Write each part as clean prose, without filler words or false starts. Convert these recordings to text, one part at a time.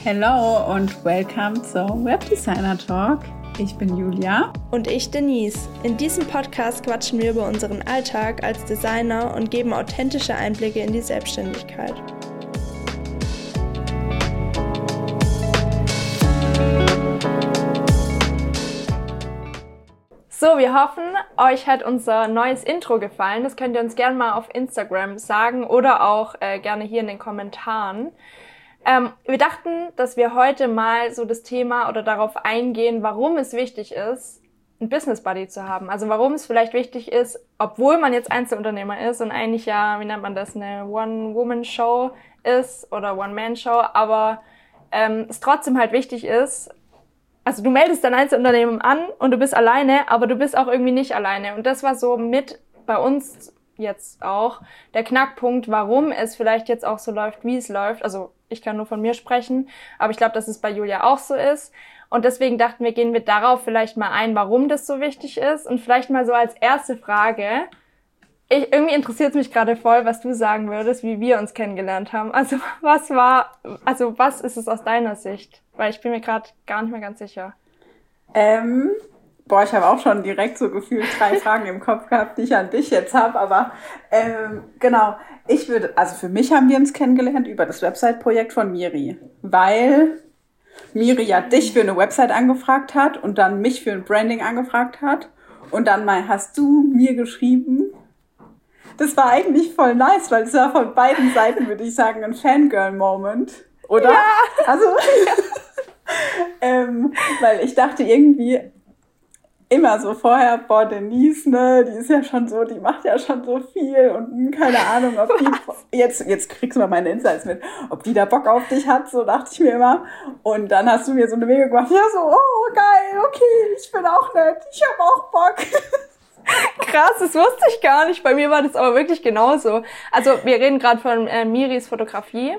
Hello und welcome zum Webdesigner Talk. Ich bin Julia. Und ich Denise. In diesem Podcast quatschen wir über unseren Alltag als Designer und geben authentische Einblicke in die Selbstständigkeit. So, wir hoffen, euch hat unser neues Intro gefallen. Das könnt ihr uns gerne mal auf Instagram sagen oder auch gerne hier in den Kommentaren. Wir dachten, dass wir heute mal so das Thema oder darauf eingehen, warum es wichtig ist, einen Business Buddy zu haben. Also warum es vielleicht wichtig ist, obwohl man jetzt Einzelunternehmer ist und eigentlich ja, wie nennt man das, eine One-Woman-Show ist oder One-Man-Show, aber es trotzdem halt wichtig ist. Also du meldest dein Einzelunternehmen an und du bist alleine, aber du bist auch irgendwie nicht alleine. Und das war so mit bei uns jetzt auch der Knackpunkt, warum es vielleicht jetzt auch so läuft, wie es läuft. Also ich kann nur von mir sprechen, aber ich glaube, dass es bei Julia auch so ist. Und deswegen dachten wir, gehen wir darauf vielleicht mal ein, warum das so wichtig ist. Und vielleicht mal so als erste Frage, irgendwie interessiert es mich gerade voll, was du sagen würdest, wie wir uns kennengelernt haben. Also was ist es aus deiner Sicht? Weil ich bin mir gerade gar nicht mehr ganz sicher. Ich habe auch schon direkt so gefühlt 3 Fragen im Kopf gehabt, die ich an dich jetzt habe, aber genau, für mich haben wir uns kennengelernt über das Website-Projekt von Miri, weil Miri ja dich für eine Website angefragt hat und dann mich für ein Branding angefragt hat und dann mal hast du mir geschrieben. Das war eigentlich voll nice, weil es war von beiden Seiten, würde ich sagen, ein Fangirl-Moment, oder? Ja. Also, weil ich dachte irgendwie immer so vorher, Denise, ne, die ist ja schon so, die macht ja schon so viel und keine Ahnung, ob die, jetzt kriegst du mal meine Insights mit, ob die da Bock auf dich hat, so dachte ich mir immer. Und dann hast du mir so eine Mail gemacht, ja so, oh geil, okay, ich bin auch nett, ich habe auch Bock. Krass, das wusste ich gar nicht. Bei mir war das aber wirklich genauso. Also wir reden gerade von Miris Fotografie,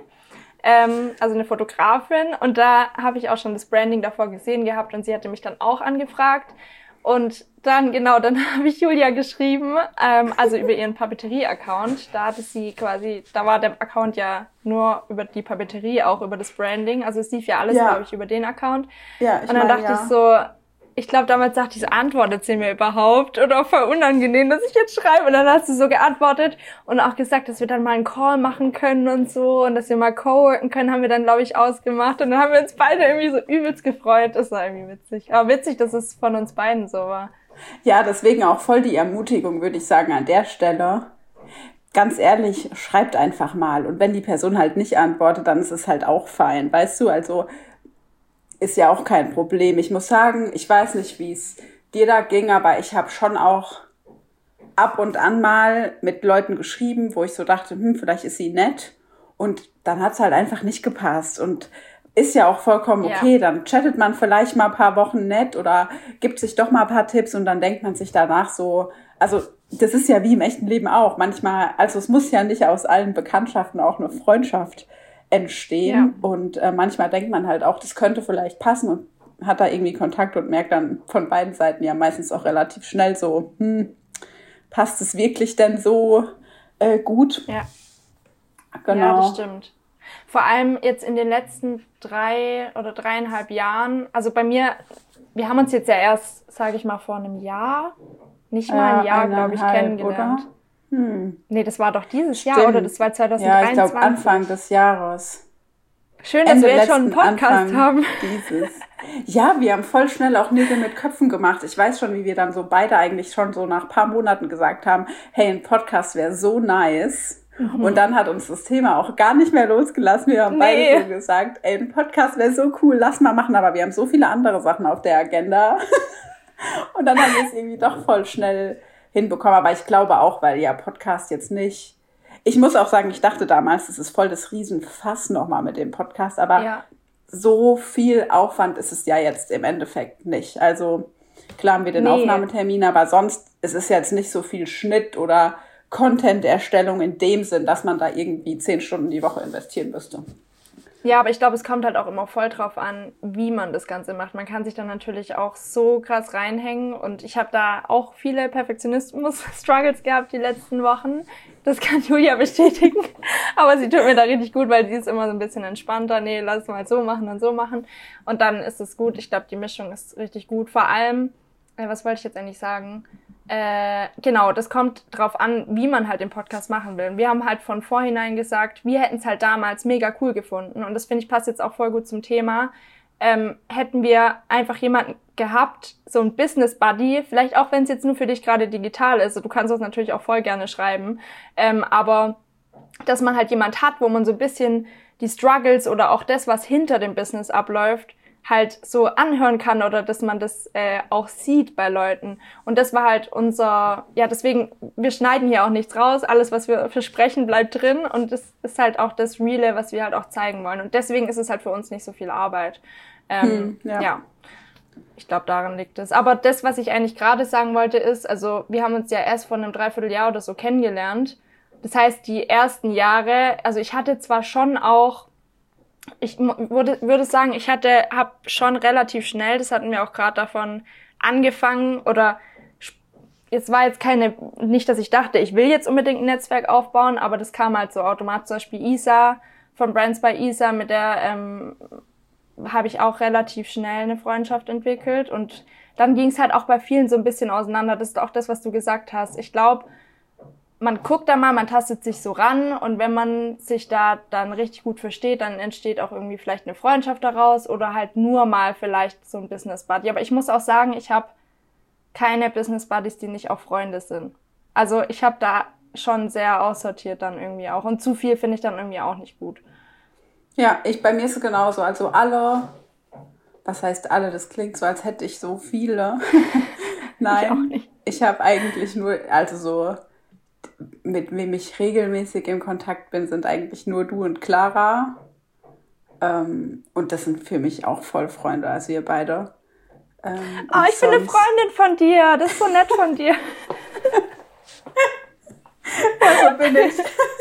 also eine Fotografin. Und da habe ich auch schon das Branding davor gesehen gehabt und sie hatte mich dann auch angefragt. Und dann habe ich Julia geschrieben, also über ihren Papeterie-Account. Da hatte sie quasi, da war der Account ja nur über die Papeterie, auch über das Branding. Also es lief ja alles, glaube ich, über den Account. Ja, und dann dachte ich so, ich glaube, damals dachte ich so, antwortet sie mir überhaupt? Oder voll unangenehm, dass ich jetzt schreibe. Und dann hast du so geantwortet und auch gesagt, dass wir dann mal einen Call machen können und so und dass wir mal coworken können, haben wir dann, glaube ich, ausgemacht. Und dann haben wir uns beide irgendwie so übelst gefreut. Das war irgendwie witzig. Aber witzig, dass es von uns beiden so war. Ja, deswegen auch voll die Ermutigung, würde ich sagen, an der Stelle. Ganz ehrlich, schreibt einfach mal. Und wenn die Person halt nicht antwortet, dann ist es halt auch fein. Weißt du, also ist ja auch kein Problem. Ich muss sagen, ich weiß nicht, wie es dir da ging, aber ich habe schon auch ab und an mal mit Leuten geschrieben, wo ich so dachte, vielleicht ist sie nett. Und dann hat's halt einfach nicht gepasst. Und ist ja auch vollkommen okay. Dann chattet man vielleicht mal ein paar Wochen nett oder gibt sich doch mal ein paar Tipps und dann denkt man sich danach so, also das ist ja wie im echten Leben auch. Manchmal, also es muss ja nicht aus allen Bekanntschaften auch eine Freundschaft entstehen. Ja. Und manchmal denkt man halt auch, das könnte vielleicht passen und hat da irgendwie Kontakt und merkt dann von beiden Seiten ja meistens auch relativ schnell so, passt es wirklich denn so gut? Ja. Genau. Ja, das stimmt. Vor allem jetzt in den letzten 3 oder 3,5 Jahren, also bei mir, wir haben uns jetzt ja erst, sage ich mal, vor einem Jahr, nicht mal ein Jahr, glaube ich, kennengelernt. Oder? Nee, das war doch dieses Jahr, oder? Das war 2023. Ja, ich glaube Anfang des Jahres. Schön, dass wir jetzt schon einen Podcast haben. Ja, wir haben voll schnell auch Nägel mit Köpfen gemacht. Ich weiß schon, wie wir dann so beide eigentlich schon so nach ein paar Monaten gesagt haben, hey, ein Podcast wäre so nice. Und dann hat uns das Thema auch gar nicht mehr losgelassen. Wir haben beide so gesagt, ey, ein Podcast wäre so cool, lass mal machen. Aber wir haben so viele andere Sachen auf der Agenda. Und dann haben wir es irgendwie doch voll schnell hinbekommen. Aber ich glaube auch, weil ja Podcast jetzt nicht... Ich muss auch sagen, ich dachte damals, das ist voll das Riesenfass nochmal mit dem Podcast. Aber so viel Aufwand ist es ja jetzt im Endeffekt nicht. Also klar haben wir den Aufnahmetermin, aber sonst ist es jetzt nicht so viel Schnitt oder Content-Erstellung in dem Sinn, dass man da irgendwie 10 Stunden die Woche investieren müsste. Ja, aber ich glaube, es kommt halt auch immer voll drauf an, wie man das Ganze macht. Man kann sich dann natürlich auch so krass reinhängen und ich habe da auch viele Perfektionismus-Struggles gehabt die letzten Wochen. Das kann Julia bestätigen. Aber sie tut mir da richtig gut, weil sie ist immer so ein bisschen entspannter. Nee, lass es mal so machen und so machen. Und dann ist es gut. Ich glaube, die Mischung ist richtig gut. Vor allem, was wollte ich jetzt eigentlich sagen? Genau, das kommt drauf an, wie man halt den Podcast machen will. Wir haben halt von vorhinein gesagt, wir hätten es halt damals mega cool gefunden und das finde ich passt jetzt auch voll gut zum Thema. Hätten wir einfach jemanden gehabt, so ein Business Buddy, vielleicht auch wenn es jetzt nur für dich gerade digital ist, du kannst das natürlich auch voll gerne schreiben, aber dass man halt jemand hat, wo man so ein bisschen die Struggles oder auch das, was hinter dem Business abläuft, halt so anhören kann oder dass man das auch sieht bei Leuten. Und das war halt deswegen, wir schneiden hier auch nichts raus, alles, was wir versprechen, bleibt drin und das ist halt auch das Reale, was wir halt auch zeigen wollen. Und deswegen ist es halt für uns nicht so viel Arbeit. Ja. Ich glaube, daran liegt es. Aber das, was ich eigentlich gerade sagen wollte, ist, also wir haben uns ja erst vor einem Dreivierteljahr oder so kennengelernt. Das heißt, die ersten Jahre, also ich hatte zwar schon auch ich würde sagen, ich habe schon relativ schnell, das hatten wir auch gerade davon angefangen oder es war jetzt nicht, dass ich dachte, ich will jetzt unbedingt ein Netzwerk aufbauen, aber das kam halt so automatisch. Zum Beispiel Isa von Brands by Isa, mit der habe ich auch relativ schnell eine Freundschaft entwickelt und dann ging es halt auch bei vielen so ein bisschen auseinander. Das ist auch das, was du gesagt hast. Ich glaube, man guckt da mal, man tastet sich so ran und wenn man sich da dann richtig gut versteht, dann entsteht auch irgendwie vielleicht eine Freundschaft daraus oder halt nur mal vielleicht so ein Business Buddy. Aber ich muss auch sagen, ich habe keine Business Buddies, die nicht auch Freunde sind. Also ich habe da schon sehr aussortiert dann irgendwie auch und zu viel finde ich dann irgendwie auch nicht gut. Ja, bei mir ist es genauso. Also alle, was heißt alle, das klingt so, als hätte ich so viele. Nein, ich auch nicht. Ich habe eigentlich nur, also so mit wem ich regelmäßig im Kontakt bin, sind eigentlich nur du und Clara. Und das sind für mich auch voll Freunde, also ihr beide. Ich bin eine Freundin von dir. Das ist so nett von dir. Ja, so bin ich.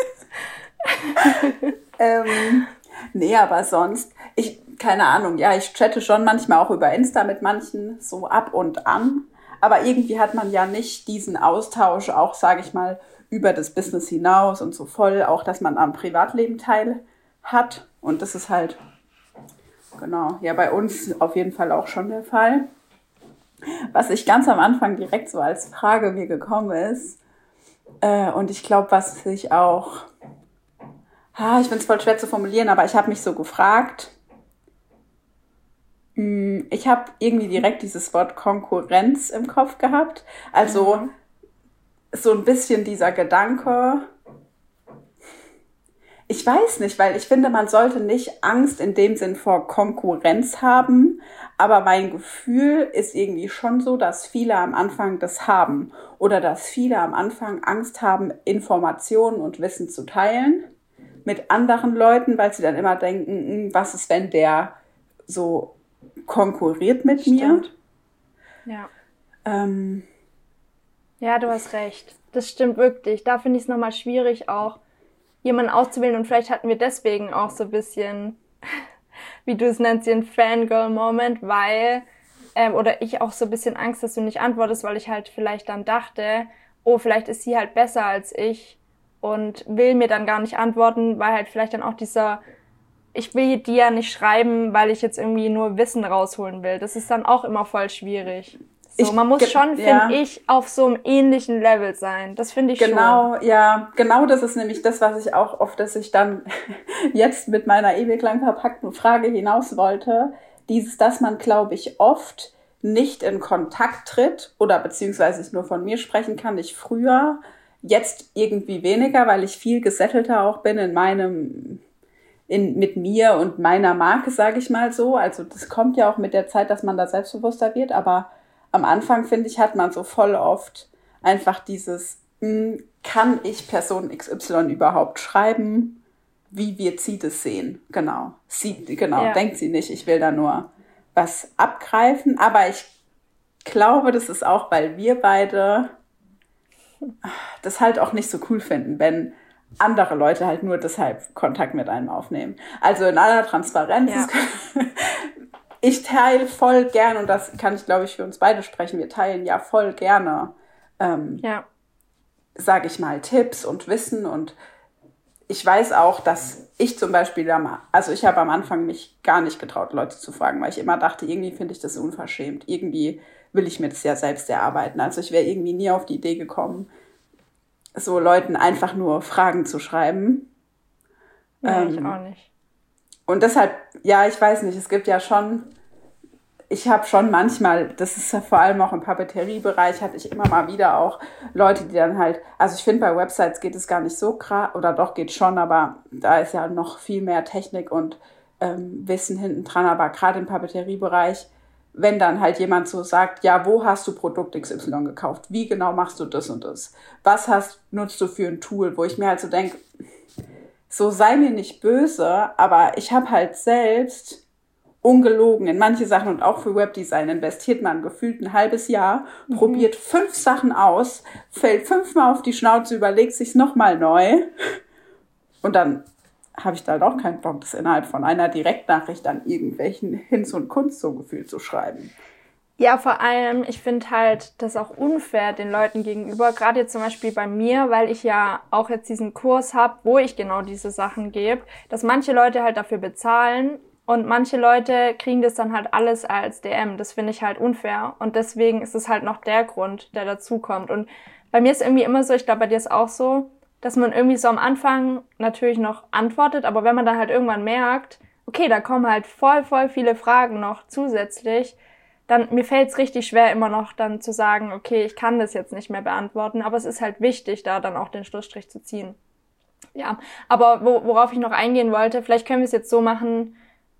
Nee, aber sonst, keine Ahnung, ja, ich chatte schon manchmal auch über Insta mit manchen so ab und an. Aber irgendwie hat man ja nicht diesen Austausch, auch, sage ich mal, über das Business hinaus und so voll, auch dass man am Privatleben teil hat. Und das ist halt, genau, ja, bei uns auf jeden Fall auch schon der Fall. Was ich ganz am Anfang direkt so als Frage mir gekommen ist, und ich glaube, was ich auch, ich finde es voll schwer zu formulieren, aber ich habe mich so gefragt, ich habe irgendwie direkt dieses Wort Konkurrenz im Kopf gehabt. Also so ein bisschen dieser Gedanke, ich weiß nicht, weil ich finde, man sollte nicht Angst in dem Sinn vor Konkurrenz haben, aber mein Gefühl ist irgendwie schon so, dass viele am Anfang das haben oder dass viele am Anfang Angst haben, Informationen und Wissen zu teilen mit anderen Leuten, weil sie dann immer denken, was ist, wenn der so konkurriert mit mir? Ja. Ja, du hast recht. Das stimmt wirklich. Da finde ich es nochmal schwierig, auch jemanden auszuwählen. Und vielleicht hatten wir deswegen auch so ein bisschen, wie du es nennst, den Fangirl-Moment, weil, oder ich auch so ein bisschen Angst, dass du nicht antwortest, weil ich halt vielleicht dann dachte, oh, vielleicht ist sie halt besser als ich und will mir dann gar nicht antworten, weil halt vielleicht dann auch ich will dir ja nicht schreiben, weil ich jetzt irgendwie nur Wissen rausholen will. Das ist dann auch immer voll schwierig. So, man muss schon, finde ich, auf so einem ähnlichen Level sein. Das finde ich schon. Ja, genau das ist nämlich das, was ich auch oft, dass ich dann jetzt mit meiner ewig lang verpackten Frage hinaus wollte. Dass man, glaube ich, oft nicht in Kontakt tritt oder beziehungsweise ich nur von mir sprechen kann, ich früher, jetzt irgendwie weniger, weil ich viel gesettelter auch bin mit mir und meiner Marke, sage ich mal so. Also das kommt ja auch mit der Zeit, dass man da selbstbewusster wird, aber am Anfang, finde ich, hat man so voll oft einfach dieses, kann ich Person XY überhaupt schreiben? Wie wird sie das sehen? Genau. Ja. Denkt sie nicht, ich will da nur was abgreifen. Aber ich glaube, das ist auch, weil wir beide das halt auch nicht so cool finden, wenn andere Leute halt nur deshalb Kontakt mit einem aufnehmen. Also in aller Transparenz. Ja. Ich teile voll gerne, und das kann ich, glaube ich, für uns beide sprechen, wir teilen ja voll gerne, sage ich mal, Tipps und Wissen. Und ich weiß auch, dass ich zum Beispiel, also ich habe am Anfang mich gar nicht getraut, Leute zu fragen, weil ich immer dachte, irgendwie finde ich das unverschämt. Irgendwie will ich mir das ja selbst erarbeiten. Also ich wäre irgendwie nie auf die Idee gekommen, so Leuten einfach nur Fragen zu schreiben. Ja, ich auch nicht. Und deshalb, ja, ich weiß nicht, es gibt ja schon, ich habe schon manchmal, das ist ja vor allem auch im Papeteriebereich, hatte ich immer mal wieder auch Leute, die dann halt, also ich finde, bei Websites geht es gar nicht so krass, oder doch geht schon, aber da ist ja noch viel mehr Technik und Wissen hinten dran, aber gerade im Papeteriebereich, wenn dann halt jemand so sagt, ja, wo hast du Produkt XY gekauft? Wie genau machst du das und das? Was nutzt du für ein Tool? Wo ich mir halt so denke, so sei mir nicht böse, aber ich habe halt selbst ungelogen in manche Sachen und auch für Webdesign investiert man gefühlt ein halbes Jahr, probiert 5 Sachen aus, fällt 5-mal auf die Schnauze, überlegt sich's nochmal neu und dann habe ich da halt auch keinen Bock, das innerhalb von einer Direktnachricht an irgendwelchen Hinz und Kunst so gefühlt zu schreiben. Ja, vor allem, ich finde halt das auch unfair den Leuten gegenüber, gerade jetzt zum Beispiel bei mir, weil ich ja auch jetzt diesen Kurs habe, wo ich genau diese Sachen gebe, dass manche Leute halt dafür bezahlen und manche Leute kriegen das dann halt alles als DM. Das finde ich halt unfair und deswegen ist es halt noch der Grund, der dazukommt. Und bei mir ist irgendwie immer so, ich glaube, bei dir ist auch so, dass man irgendwie so am Anfang natürlich noch antwortet, aber wenn man dann halt irgendwann merkt, okay, da kommen halt voll viele Fragen noch zusätzlich, dann mir fällt es richtig schwer, immer noch dann zu sagen, okay, ich kann das jetzt nicht mehr beantworten, aber es ist halt wichtig, da dann auch den Schlussstrich zu ziehen. Ja, aber worauf ich noch eingehen wollte, vielleicht können wir es jetzt so machen,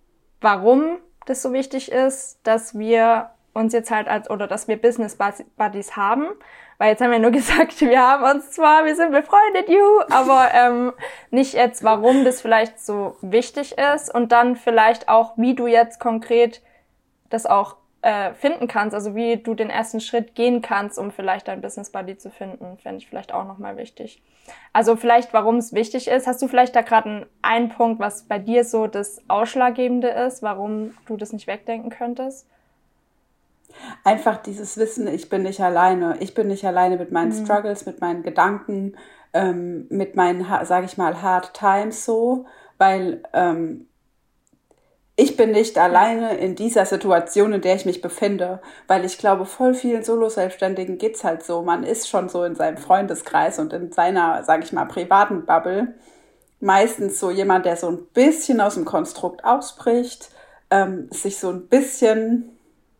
warum das so wichtig ist, dass wir uns jetzt halt dass wir Business Buddies haben, weil jetzt haben wir nur gesagt, wir haben uns zwar, wir sind befreundet, aber nicht jetzt, warum das vielleicht so wichtig ist und dann vielleicht auch, wie du jetzt konkret das auch finden kannst, also wie du den ersten Schritt gehen kannst, um vielleicht dein Business Buddy zu finden, fände ich vielleicht auch nochmal wichtig. Also vielleicht, warum es wichtig ist. Hast du vielleicht da gerade einen Punkt, was bei dir so das Ausschlaggebende ist, warum du das nicht wegdenken könntest? Einfach dieses Wissen, ich bin nicht alleine. Ich bin nicht alleine mit meinen Struggles, mit meinen Gedanken, mit meinen, sage ich mal, Hard Times so, weil ich bin nicht alleine in dieser Situation, in der ich mich befinde, weil ich glaube, voll vielen Solo-Selbstständigen geht's halt so. Man ist schon so in seinem Freundeskreis und in seiner, sage ich mal, privaten Bubble meistens so jemand, der so ein bisschen aus dem Konstrukt ausbricht, sich so ein bisschen,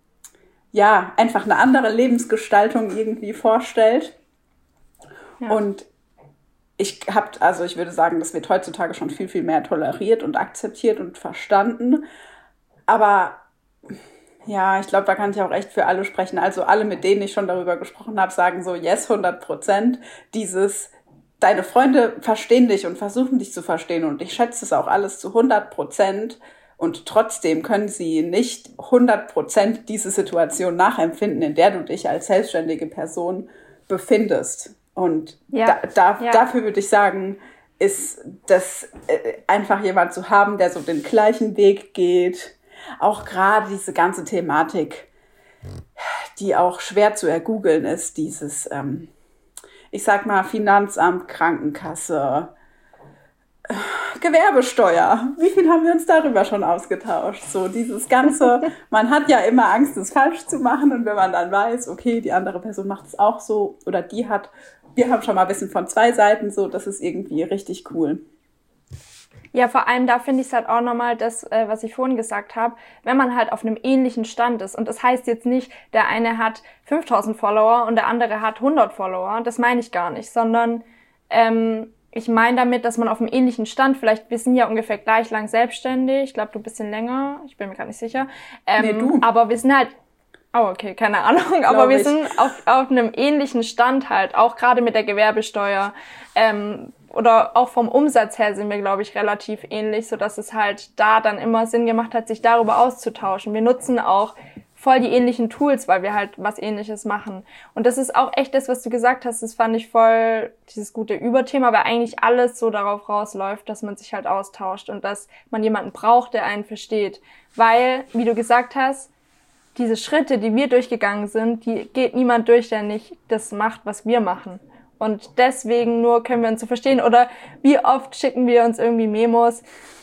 ja, einfach eine andere Lebensgestaltung irgendwie vorstellt. Ja. Und ich würde sagen, das wird heutzutage schon viel mehr toleriert und akzeptiert und verstanden. Aber ja, ich glaube, da kann ich auch echt für alle sprechen. Also alle, mit denen ich schon darüber gesprochen habe, sagen so, yes, 100%. Deine Freunde verstehen dich und versuchen dich zu verstehen. Und ich schätze es auch alles zu 100%. Und trotzdem können sie nicht 100% diese Situation nachempfinden, in der du dich als selbstständige Person befindest. Und dafür würde ich sagen, ist das einfach jemand zu haben, der so den gleichen Weg geht. Auch gerade diese ganze Thematik, die auch schwer zu ergoogeln ist, dieses, ich sag mal, Finanzamt, Krankenkasse, Gewerbesteuer. Wie viel haben wir uns darüber schon ausgetauscht? So dieses Ganze, man hat ja immer Angst, es falsch zu machen. Und wenn man dann weiß, okay, die andere Person macht es auch so oder wir haben schon mal Wissen von 2 Seiten, so, das ist irgendwie richtig cool. Ja, vor allem da finde ich es halt auch nochmal das, was ich vorhin gesagt habe, wenn man halt auf einem ähnlichen Stand ist. Und das heißt jetzt nicht, der eine hat 5000 Follower und der andere hat 100 Follower. Das meine ich gar nicht, sondern ich meine damit, dass man auf einem ähnlichen Stand, vielleicht, wir sind ja ungefähr gleich lang selbstständig, ich glaube, du ein bisschen länger, ich bin mir gar nicht sicher. Nee, du. Aber wir sind halt, oh, okay, keine Ahnung, aber wir sind auf einem ähnlichen Stand halt, auch gerade mit der Gewerbesteuer, oder auch vom Umsatz her sind wir, glaube ich, relativ ähnlich, so dass es halt da dann immer Sinn gemacht hat, sich darüber auszutauschen. Wir nutzen auch voll die ähnlichen Tools, weil wir halt was Ähnliches machen. Und das ist auch echt das, was du gesagt hast, das fand ich voll dieses gute Überthema, weil eigentlich alles so darauf rausläuft, dass man sich halt austauscht und dass man jemanden braucht, der einen versteht. Weil, wie du gesagt hast, diese Schritte, die wir durchgegangen sind, die geht niemand durch, der nicht das macht, was wir machen. Und deswegen nur können wir uns so verstehen. Oder wie oft schicken wir uns irgendwie Memos,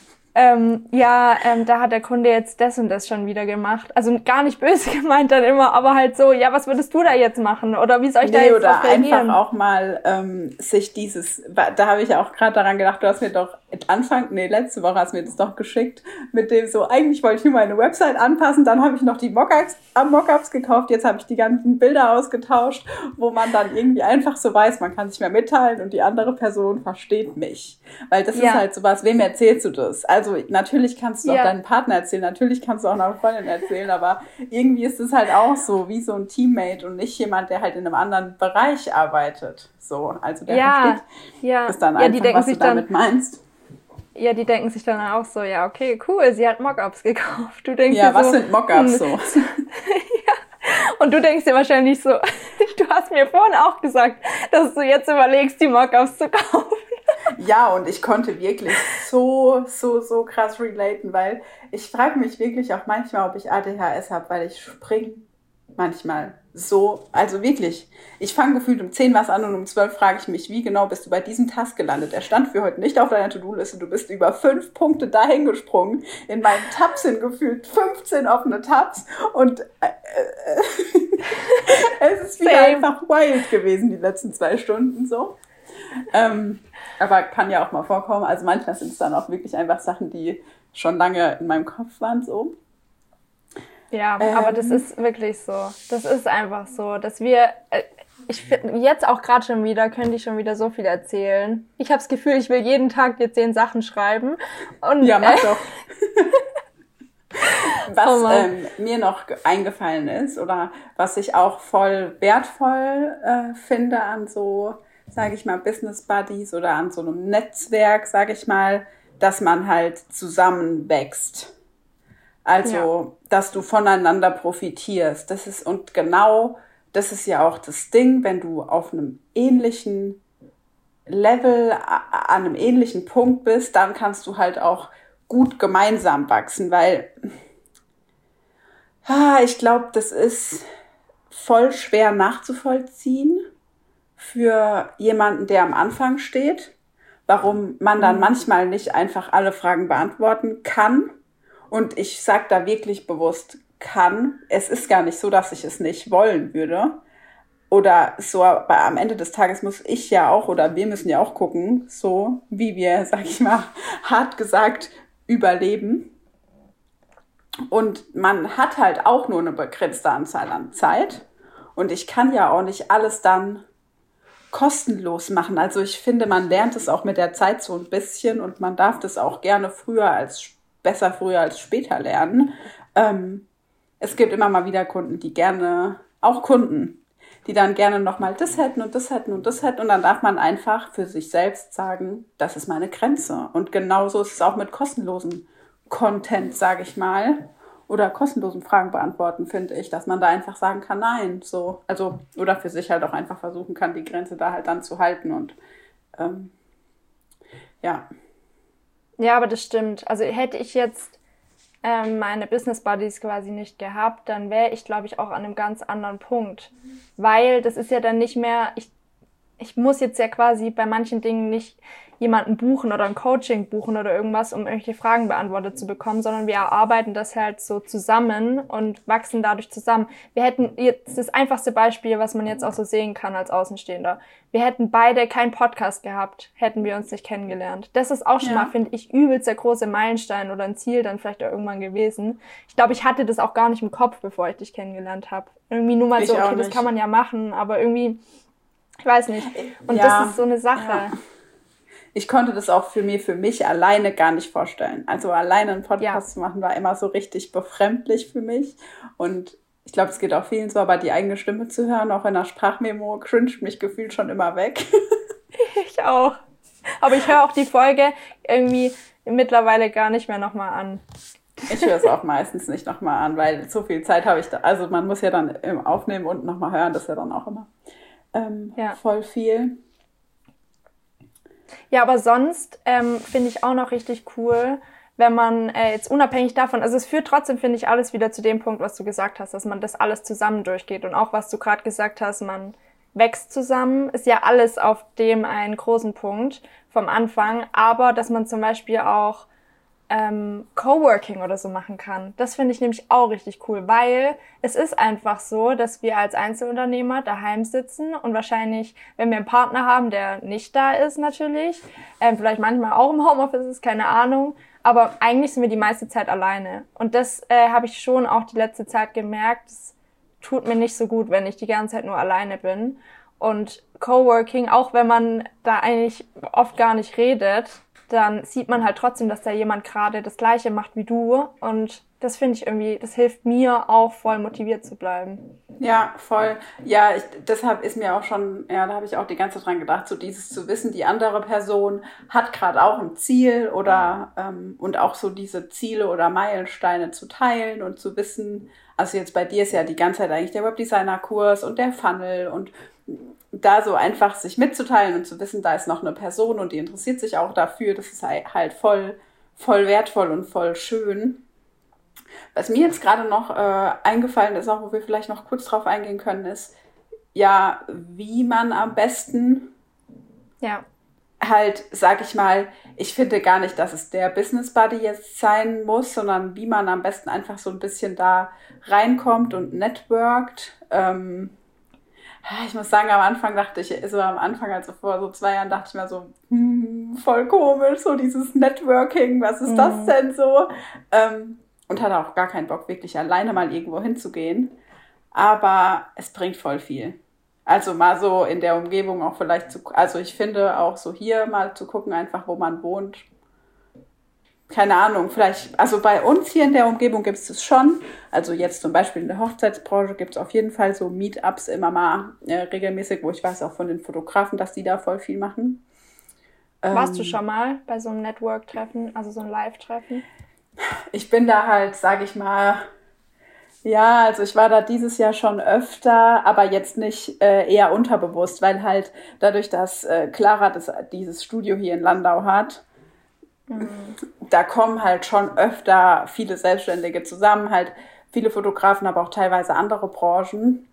da hat der Kunde jetzt das und das schon wieder gemacht. Also gar nicht böse gemeint dann immer, aber halt so, ja, was würdest du da jetzt machen? Oder wie soll ich da jetzt drauf reagieren? Oder einfach auch mal sich da habe ich auch gerade daran gedacht, du hast mir doch letzte Woche hast du mir das doch geschickt, mit dem so, eigentlich wollte ich nur meine Website anpassen, dann habe ich noch die Mockups gekauft, jetzt habe ich die ganzen Bilder ausgetauscht, wo man dann irgendwie einfach so weiß, man kann sich mehr mitteilen und die andere Person versteht mich. Weil das ist halt sowas, wem erzählst du das? Also natürlich kannst du auch deinen Partner erzählen, natürlich kannst du auch einer Freundin erzählen, aber irgendwie ist es halt auch so wie so ein Teammate und nicht jemand, der halt in einem anderen Bereich arbeitet. So, also der versteht das dann einfach, was du damit meinst. Ja, die denken sich dann auch so, ja, okay, cool, sie hat Mockups gekauft. Du denkst ja, dir was so, sind Mockups so? Ja. Und du denkst dir wahrscheinlich so, du hast mir vorhin auch gesagt, dass du jetzt überlegst, die Mockups zu kaufen. Ja, und ich konnte wirklich so krass relaten, weil ich frage mich wirklich auch manchmal, ob ich ADHS habe, weil ich springe manchmal so, also wirklich, ich fange gefühlt um 10 was an und um 12 frage ich mich, wie genau bist du bei diesem Task gelandet? Der stand für heute nicht auf deiner To-Do-Liste, du bist über 5 Punkte dahin gesprungen, in meinen Tabs sind gefühlt 15 offene Tabs und es ist wieder einfach wild gewesen, die letzten 2 Stunden so. Aber kann ja auch mal vorkommen, also manchmal sind es dann auch wirklich einfach Sachen, die schon lange in meinem Kopf waren so. Ja, aber das ist wirklich so. Das ist einfach so, dass wir, jetzt auch gerade schon wieder, könnte ich schon wieder so viel erzählen. Ich habe das Gefühl, ich will jeden Tag dir 10 Sachen schreiben. Und, ja, mach doch. Was mir noch eingefallen ist oder was ich auch voll wertvoll finde an so, sage ich mal, Business Buddies oder an so einem Netzwerk, sage ich mal, dass man halt zusammenwächst. Also, dass du voneinander profitierst. Das ist ja auch das Ding, wenn du auf einem ähnlichen Level, an einem ähnlichen Punkt bist, dann kannst du halt auch gut gemeinsam wachsen, weil ich glaube, das ist voll schwer nachzuvollziehen für jemanden, der am Anfang steht, warum man dann manchmal nicht einfach alle Fragen beantworten kann. Und ich sage da wirklich bewusst kann. Es ist gar nicht so, dass ich es nicht wollen würde. Oder so, aber am Ende des Tages muss ich ja auch, oder wir müssen ja auch gucken, so wie wir, sag ich mal, hart gesagt, überleben. Und man hat halt auch nur eine begrenzte Anzahl an Zeit. Und ich kann ja auch nicht alles dann kostenlos machen. Also ich finde, man lernt es auch mit der Zeit so ein bisschen und man darf das auch gerne besser früher als später lernen. Es gibt immer mal wieder Kunden, die dann gerne nochmal das hätten und das hätten und das hätten. Und dann darf man einfach für sich selbst sagen, das ist meine Grenze. Und genauso ist es auch mit kostenlosen Content, sage ich mal, oder kostenlosen Fragen beantworten, finde ich, dass man da einfach sagen kann, nein, so, also, oder für sich halt auch einfach versuchen kann, die Grenze da halt dann zu halten und ja. Ja, aber das stimmt. Also hätte ich jetzt meine Business Buddies quasi nicht gehabt, dann wäre ich, glaube ich, auch an einem ganz anderen Punkt. Weil das ist ja dann nicht mehr, ich muss jetzt ja quasi bei manchen Dingen nicht jemanden buchen oder ein Coaching buchen oder irgendwas, um irgendwelche Fragen beantwortet zu bekommen, sondern wir erarbeiten das halt so zusammen und wachsen dadurch zusammen. Wir hätten jetzt das einfachste Beispiel, was man jetzt auch so sehen kann als Außenstehender. Wir hätten beide keinen Podcast gehabt, hätten wir uns nicht kennengelernt. Das ist auch schon mal, finde ich, übelst der große Meilenstein oder ein Ziel dann vielleicht auch irgendwann gewesen. Ich glaube, ich hatte das auch gar nicht im Kopf, bevor ich dich kennengelernt habe. Irgendwie nur mal so, okay, das kann man ja machen, aber irgendwie, ich weiß nicht. Und das ist so eine Sache. Ja. Ich konnte das auch für mich alleine gar nicht vorstellen. Also alleine einen Podcast zu machen, war immer so richtig befremdlich für mich. Und ich glaube, es geht auch vielen so, aber die eigene Stimme zu hören, auch in einer Sprachmemo, cringet mich gefühlt schon immer weg. Ich auch. Aber ich höre auch die Folge irgendwie mittlerweile gar nicht mehr nochmal an. Ich höre es auch meistens nicht nochmal an, weil so viel Zeit habe ich da. Also man muss ja dann aufnehmen und nochmal hören, das ist ja dann auch immer voll viel. Ja, aber sonst finde ich auch noch richtig cool, wenn man jetzt unabhängig davon, also es führt trotzdem, finde ich, alles wieder zu dem Punkt, was du gesagt hast, dass man das alles zusammen durchgeht. Und auch, was du gerade gesagt hast, man wächst zusammen, ist ja alles auf dem einen großen Punkt vom Anfang. Aber dass man zum Beispiel auch Coworking oder so machen kann. Das finde ich nämlich auch richtig cool, weil es ist einfach so, dass wir als Einzelunternehmer daheim sitzen und wahrscheinlich, wenn wir einen Partner haben, der nicht da ist natürlich, vielleicht manchmal auch im Homeoffice ist, keine Ahnung, aber eigentlich sind wir die meiste Zeit alleine. Und das habe ich schon auch die letzte Zeit gemerkt, es tut mir nicht so gut, wenn ich die ganze Zeit nur alleine bin. Und Coworking, auch wenn man da eigentlich oft gar nicht redet, dann sieht man halt trotzdem, dass da jemand gerade das Gleiche macht wie du. Und das finde ich irgendwie, das hilft mir auch voll motiviert zu bleiben. Ja, voll. Ja, deshalb ist mir auch schon, ja, da habe ich auch die ganze Zeit dran gedacht, so dieses zu wissen, die andere Person hat gerade auch ein Ziel oder und auch so diese Ziele oder Meilensteine zu teilen und zu wissen, also jetzt bei dir ist ja die ganze Zeit eigentlich der Webdesigner-Kurs und der Funnel und da so einfach sich mitzuteilen und zu wissen, da ist noch eine Person und die interessiert sich auch dafür, das ist halt voll wertvoll und voll schön. Was mir jetzt gerade noch eingefallen ist, auch wo wir vielleicht noch kurz drauf eingehen können, ist, ja, wie man am besten halt, sag ich mal, ich finde gar nicht, dass es der Business Buddy jetzt sein muss, sondern wie man am besten einfach so ein bisschen da reinkommt und networkt. Ich muss sagen, am Anfang dachte ich, also vor so 2 Jahren dachte ich mir so, voll komisch, so dieses Networking, was ist das denn so? Und hatte auch gar keinen Bock, wirklich alleine mal irgendwo hinzugehen. Aber es bringt voll viel. Also mal so in der Umgebung auch vielleicht also ich finde auch so hier mal zu gucken, einfach wo man wohnt. Keine Ahnung, vielleicht, also bei uns hier in der Umgebung gibt es das schon. Also jetzt zum Beispiel in der Hochzeitsbranche gibt es auf jeden Fall so Meetups immer mal regelmäßig, wo ich weiß auch von den Fotografen, dass die da voll viel machen. Warst du schon mal bei so einem Network-Treffen, also so ein Live-Treffen? Ich bin da halt, sage ich mal, ja, also ich war da dieses Jahr schon öfter, aber jetzt nicht eher unterbewusst, weil halt dadurch, dass Clara dieses Studio hier in Landau hat, da kommen halt schon öfter viele Selbstständige zusammen, halt viele Fotografen, aber auch teilweise andere Branchen.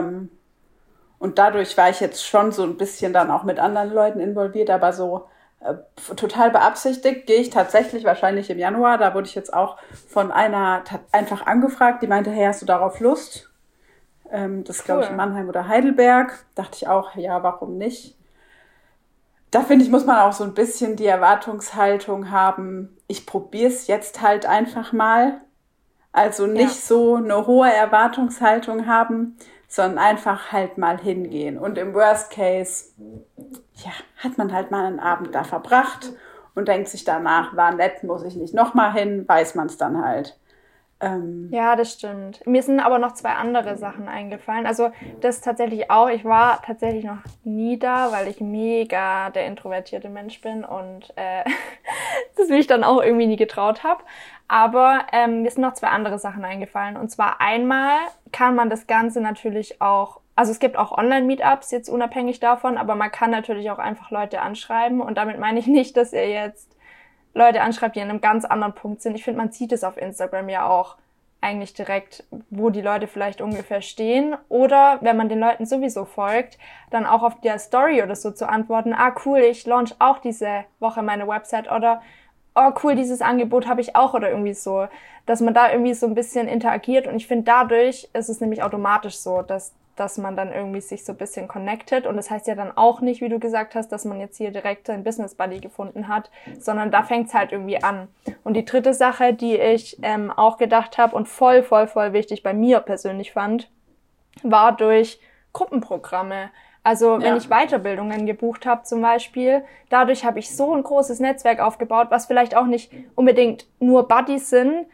Und dadurch war ich jetzt schon so ein bisschen dann auch mit anderen Leuten involviert, aber so total beabsichtigt gehe ich tatsächlich wahrscheinlich im Januar. Da wurde ich jetzt auch von einer einfach angefragt, die meinte, hey, hast du darauf Lust? Das ist, glaube ich, in Mannheim oder Heidelberg. Dachte ich auch, ja, warum nicht? Da finde ich, muss man auch so ein bisschen die Erwartungshaltung haben, ich probiere es jetzt halt einfach mal. Also nicht so eine hohe Erwartungshaltung haben, sondern einfach halt mal hingehen. Und im Worst Case, ja, hat man halt mal einen Abend da verbracht und denkt sich danach, war nett, muss ich nicht nochmal hin, weiß man es dann halt. Ja, das stimmt. Mir sind aber noch 2 andere Sachen eingefallen. Also das tatsächlich auch. Ich war tatsächlich noch nie da, weil ich mega der introvertierte Mensch bin und das mich dann auch irgendwie nie getraut habe. Aber mir sind noch 2 andere Sachen eingefallen. Und zwar einmal kann man das Ganze natürlich auch, also es gibt auch Online-Meetups, jetzt unabhängig davon, aber man kann natürlich auch einfach Leute anschreiben. Und damit meine ich nicht, dass ihr jetzt Leute anschreibt, die an einem ganz anderen Punkt sind. Ich finde, man sieht es auf Instagram ja auch eigentlich direkt, wo die Leute vielleicht ungefähr stehen. Oder wenn man den Leuten sowieso folgt, dann auch auf der Story oder so zu antworten, cool, ich launch auch diese Woche meine Website oder oh cool, dieses Angebot habe ich auch oder irgendwie so, dass man da irgendwie so ein bisschen interagiert. Und ich finde, dadurch ist es nämlich automatisch so, dass man dann irgendwie sich so ein bisschen connectet. Und das heißt ja dann auch nicht, wie du gesagt hast, dass man jetzt hier direkt einen Business Buddy gefunden hat, sondern da fängt's halt irgendwie an. Und die dritte Sache, die ich auch gedacht habe und voll wichtig bei mir persönlich fand, war durch Gruppenprogramme. Also wenn ich Weiterbildungen gebucht habe zum Beispiel, dadurch habe ich so ein großes Netzwerk aufgebaut, was vielleicht auch nicht unbedingt nur Buddies sind,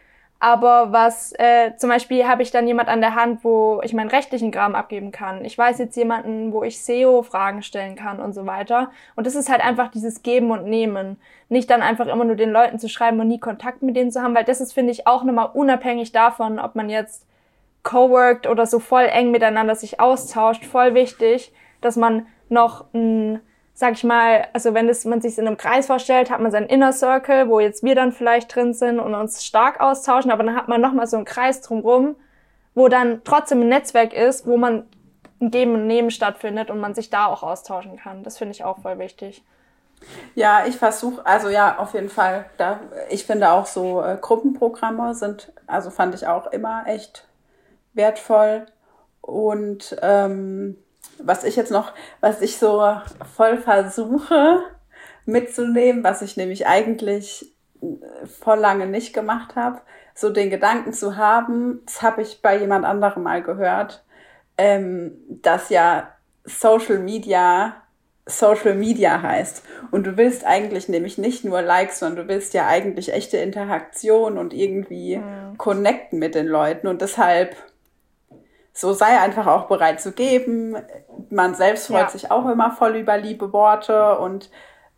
Aber zum Beispiel habe ich dann jemand an der Hand, wo ich meinen rechtlichen Kram abgeben kann. Ich weiß jetzt jemanden, wo ich SEO-Fragen stellen kann und so weiter. Und das ist halt einfach dieses Geben und Nehmen. Nicht dann einfach immer nur den Leuten zu schreiben und nie Kontakt mit denen zu haben, weil das ist, finde ich, auch nochmal unabhängig davon, ob man jetzt coworkt oder so voll eng miteinander sich austauscht, voll wichtig, dass man noch sag ich mal, also wenn man sich in einem Kreis vorstellt, hat man seinen Inner Circle, wo jetzt wir dann vielleicht drin sind und uns stark austauschen, aber dann hat man nochmal so einen Kreis drumrum, wo dann trotzdem ein Netzwerk ist, wo man ein Geben und Nehmen stattfindet und man sich da auch austauschen kann. Das finde ich auch voll wichtig. Ja, ich versuche, also ja, auf jeden Fall. Ich finde auch so Gruppenprogramme fand ich auch immer echt wertvoll. Und was ich so voll versuche mitzunehmen, was ich nämlich eigentlich voll lange nicht gemacht habe, so den Gedanken zu haben, das habe ich bei jemand anderem mal gehört, dass ja Social Media heißt. Und du willst eigentlich nämlich nicht nur Likes, sondern du willst ja eigentlich echte Interaktion und irgendwie connecten mit den Leuten. Und deshalb so sei einfach auch bereit zu geben. Man selbst freut sich auch immer voll über liebe Worte. Und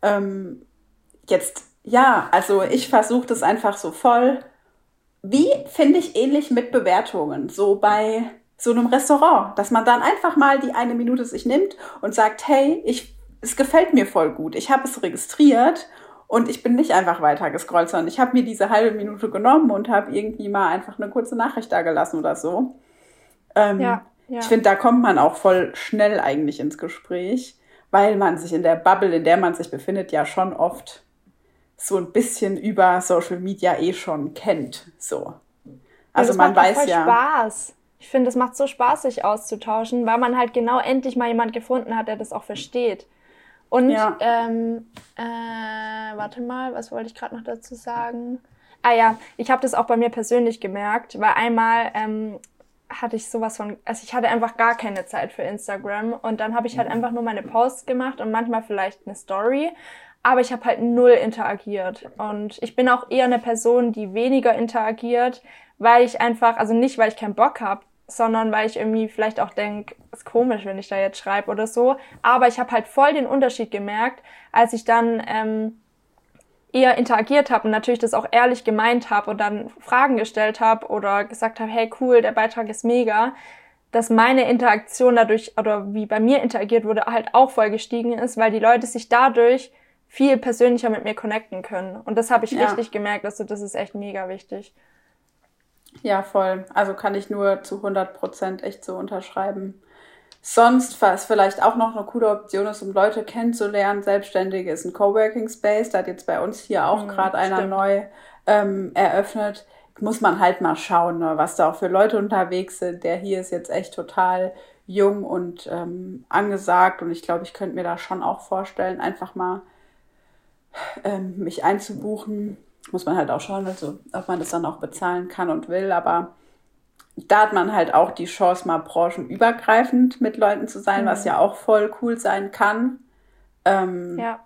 also ich versuche das einfach so voll. Wie finde ich ähnlich mit Bewertungen? So bei so einem Restaurant, dass man dann einfach mal die eine Minute sich nimmt und sagt, hey, es gefällt mir voll gut. Ich habe es registriert und ich bin nicht einfach weiter gescrollt, sondern ich habe mir diese halbe Minute genommen und habe irgendwie mal einfach eine kurze Nachricht da gelassen oder so. Ich finde, da kommt man auch voll schnell eigentlich ins Gespräch, weil man sich in der Bubble, in der man sich befindet, ja schon oft so ein bisschen über Social Media schon kennt. So. Also man weiß voll Spaß. Ich finde, es macht so Spaß, sich auszutauschen, weil man halt genau endlich mal jemand gefunden hat, der das auch versteht. Und, warte mal, was wollte ich gerade noch dazu sagen? Ich habe das auch bei mir persönlich gemerkt, weil einmal hatte ich ich hatte einfach gar keine Zeit für Instagram und dann habe ich halt einfach nur meine Posts gemacht und manchmal vielleicht eine Story, aber ich habe halt null interagiert und ich bin auch eher eine Person, die weniger interagiert, weil ich einfach, also nicht, weil ich keinen Bock habe, sondern weil ich irgendwie vielleicht auch denke, ist komisch, wenn ich da jetzt schreibe oder so, aber ich habe halt voll den Unterschied gemerkt, als ich dann eher interagiert habe und natürlich das auch ehrlich gemeint habe und dann Fragen gestellt habe oder gesagt habe, hey cool, der Beitrag ist mega, dass meine Interaktion dadurch oder wie bei mir interagiert wurde, halt auch voll gestiegen ist, weil die Leute sich dadurch viel persönlicher mit mir connecten können. Und das habe ich richtig gemerkt, also das ist echt mega wichtig. Ja, voll. Also kann ich nur zu 100% echt so unterschreiben. Sonst, was vielleicht auch noch eine coole Option ist, um Leute kennenzulernen, Selbstständige, ist ein Coworking Space. Da hat jetzt bei uns hier auch gerade einer neu eröffnet. Muss man halt mal schauen, ne, was da auch für Leute unterwegs sind. Der hier ist jetzt echt total jung und angesagt. Und ich glaube, ich könnte mir da schon auch vorstellen, einfach mal mich einzubuchen. Muss man halt auch schauen, also ob man das dann auch bezahlen kann und will. Aber da hat man halt auch die Chance, mal branchenübergreifend mit Leuten zu sein, was ja auch voll cool sein kann. Genau,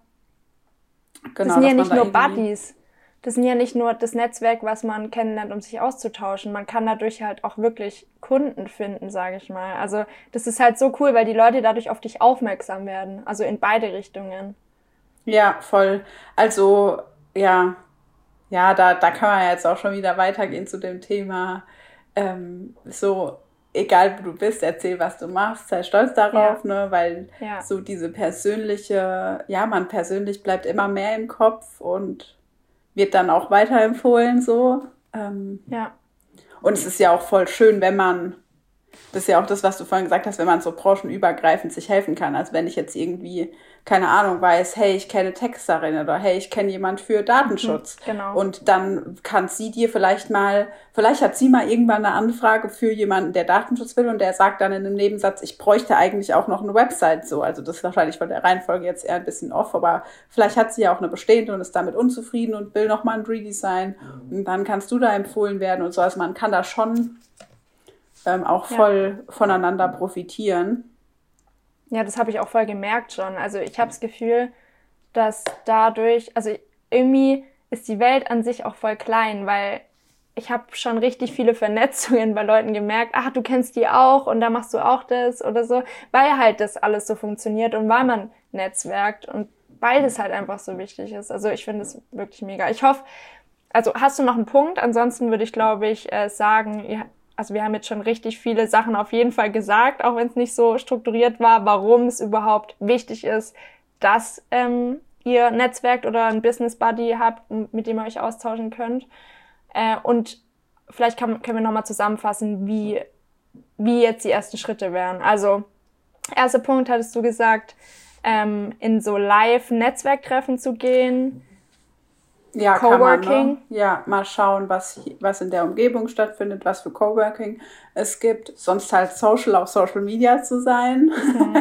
das sind ja nicht nur Buddies. Das sind ja nicht nur das Netzwerk, was man kennenlernt, um sich auszutauschen. Man kann dadurch halt auch wirklich Kunden finden, sage ich mal. Also das ist halt so cool, weil die Leute dadurch auf dich aufmerksam werden. Also in beide Richtungen. Ja, voll. Also, da kann man jetzt auch schon wieder weitergehen zu dem Thema, so, egal wo du bist, erzähl, was du machst, sei stolz darauf, ne, weil so diese persönliche, man persönlich bleibt immer mehr im Kopf und wird dann auch weiterempfohlen, so. Und es ist ja auch voll schön, das ist ja auch das, was du vorhin gesagt hast, wenn man so branchenübergreifend sich helfen kann. Also wenn ich jetzt irgendwie, keine Ahnung, weiß, hey, ich kenne Texterin oder hey, ich kenne jemand für Datenschutz. Genau. Und dann kann sie dir vielleicht hat sie mal irgendwann eine Anfrage für jemanden, der Datenschutz will und der sagt dann in einem Nebensatz, ich bräuchte eigentlich auch noch eine Website so. Also das ist wahrscheinlich von der Reihenfolge jetzt eher ein bisschen off, aber vielleicht hat sie ja auch eine bestehende und ist damit unzufrieden und will nochmal ein Redesign. Und dann kannst du da empfohlen werden und so. Also man kann da schon auch voll voneinander profitieren. Ja, das habe ich auch voll gemerkt schon. Also ich habe das Gefühl, dass dadurch, also irgendwie ist die Welt an sich auch voll klein, weil ich habe schon richtig viele Vernetzungen bei Leuten gemerkt, ach, du kennst die auch und da machst du auch das oder so, weil halt das alles so funktioniert und weil man netzwerkt und weil das halt einfach so wichtig ist. Also ich finde es wirklich mega. Ich hoffe, also hast du noch einen Punkt? Ansonsten würde ich, glaube ich, sagen, also wir haben jetzt schon richtig viele Sachen auf jeden Fall gesagt, auch wenn es nicht so strukturiert war, warum es überhaupt wichtig ist, dass ihr netzwerkt oder ein Business Buddy habt, mit dem ihr euch austauschen könnt. Und vielleicht können wir nochmal zusammenfassen, wie jetzt die ersten Schritte wären. Also, erster Punkt hattest du gesagt, in so Live-Netzwerktreffen zu gehen. Ja, Coworking. Mal schauen, was in der Umgebung stattfindet, was für Coworking es gibt. Sonst halt auf Social Media zu sein.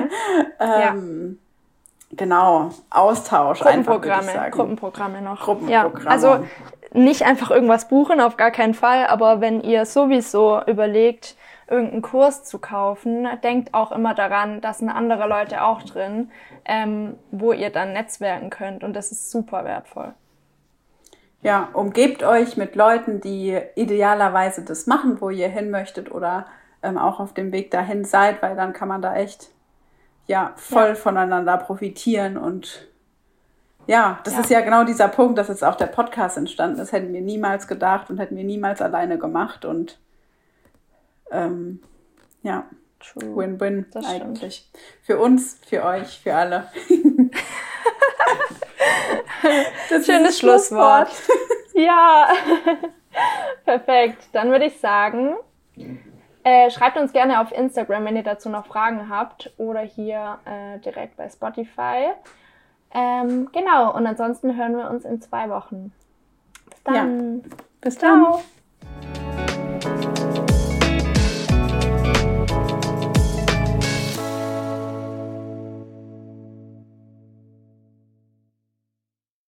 Genau, Austausch einfach, würde ich sagen. Gruppenprogramme noch. Gruppenprogramme. Ja, also nicht einfach irgendwas buchen, auf gar keinen Fall, aber wenn ihr sowieso überlegt, irgendeinen Kurs zu kaufen, denkt auch immer daran, da sind andere Leute auch drin, wo ihr dann netzwerken könnt und das ist super wertvoll. Ja, umgebt euch mit Leuten, die idealerweise das machen, wo ihr hin möchtet oder auch auf dem Weg dahin seid, weil dann kann man da echt voll voneinander profitieren und das ist ja genau dieser Punkt, dass jetzt auch der Podcast entstanden ist, hätten wir niemals gedacht und hätten wir niemals alleine gemacht und Win-Win das eigentlich. Stimmt. Für uns, für euch, für alle. Das schönes Schlusswort. Ja, perfekt. Dann würde ich sagen, schreibt uns gerne auf Instagram, wenn ihr dazu noch Fragen habt oder hier direkt bei Spotify. Genau, und ansonsten hören wir uns in 2 Wochen. Bis dann. Ja. Bis dann. Ciao.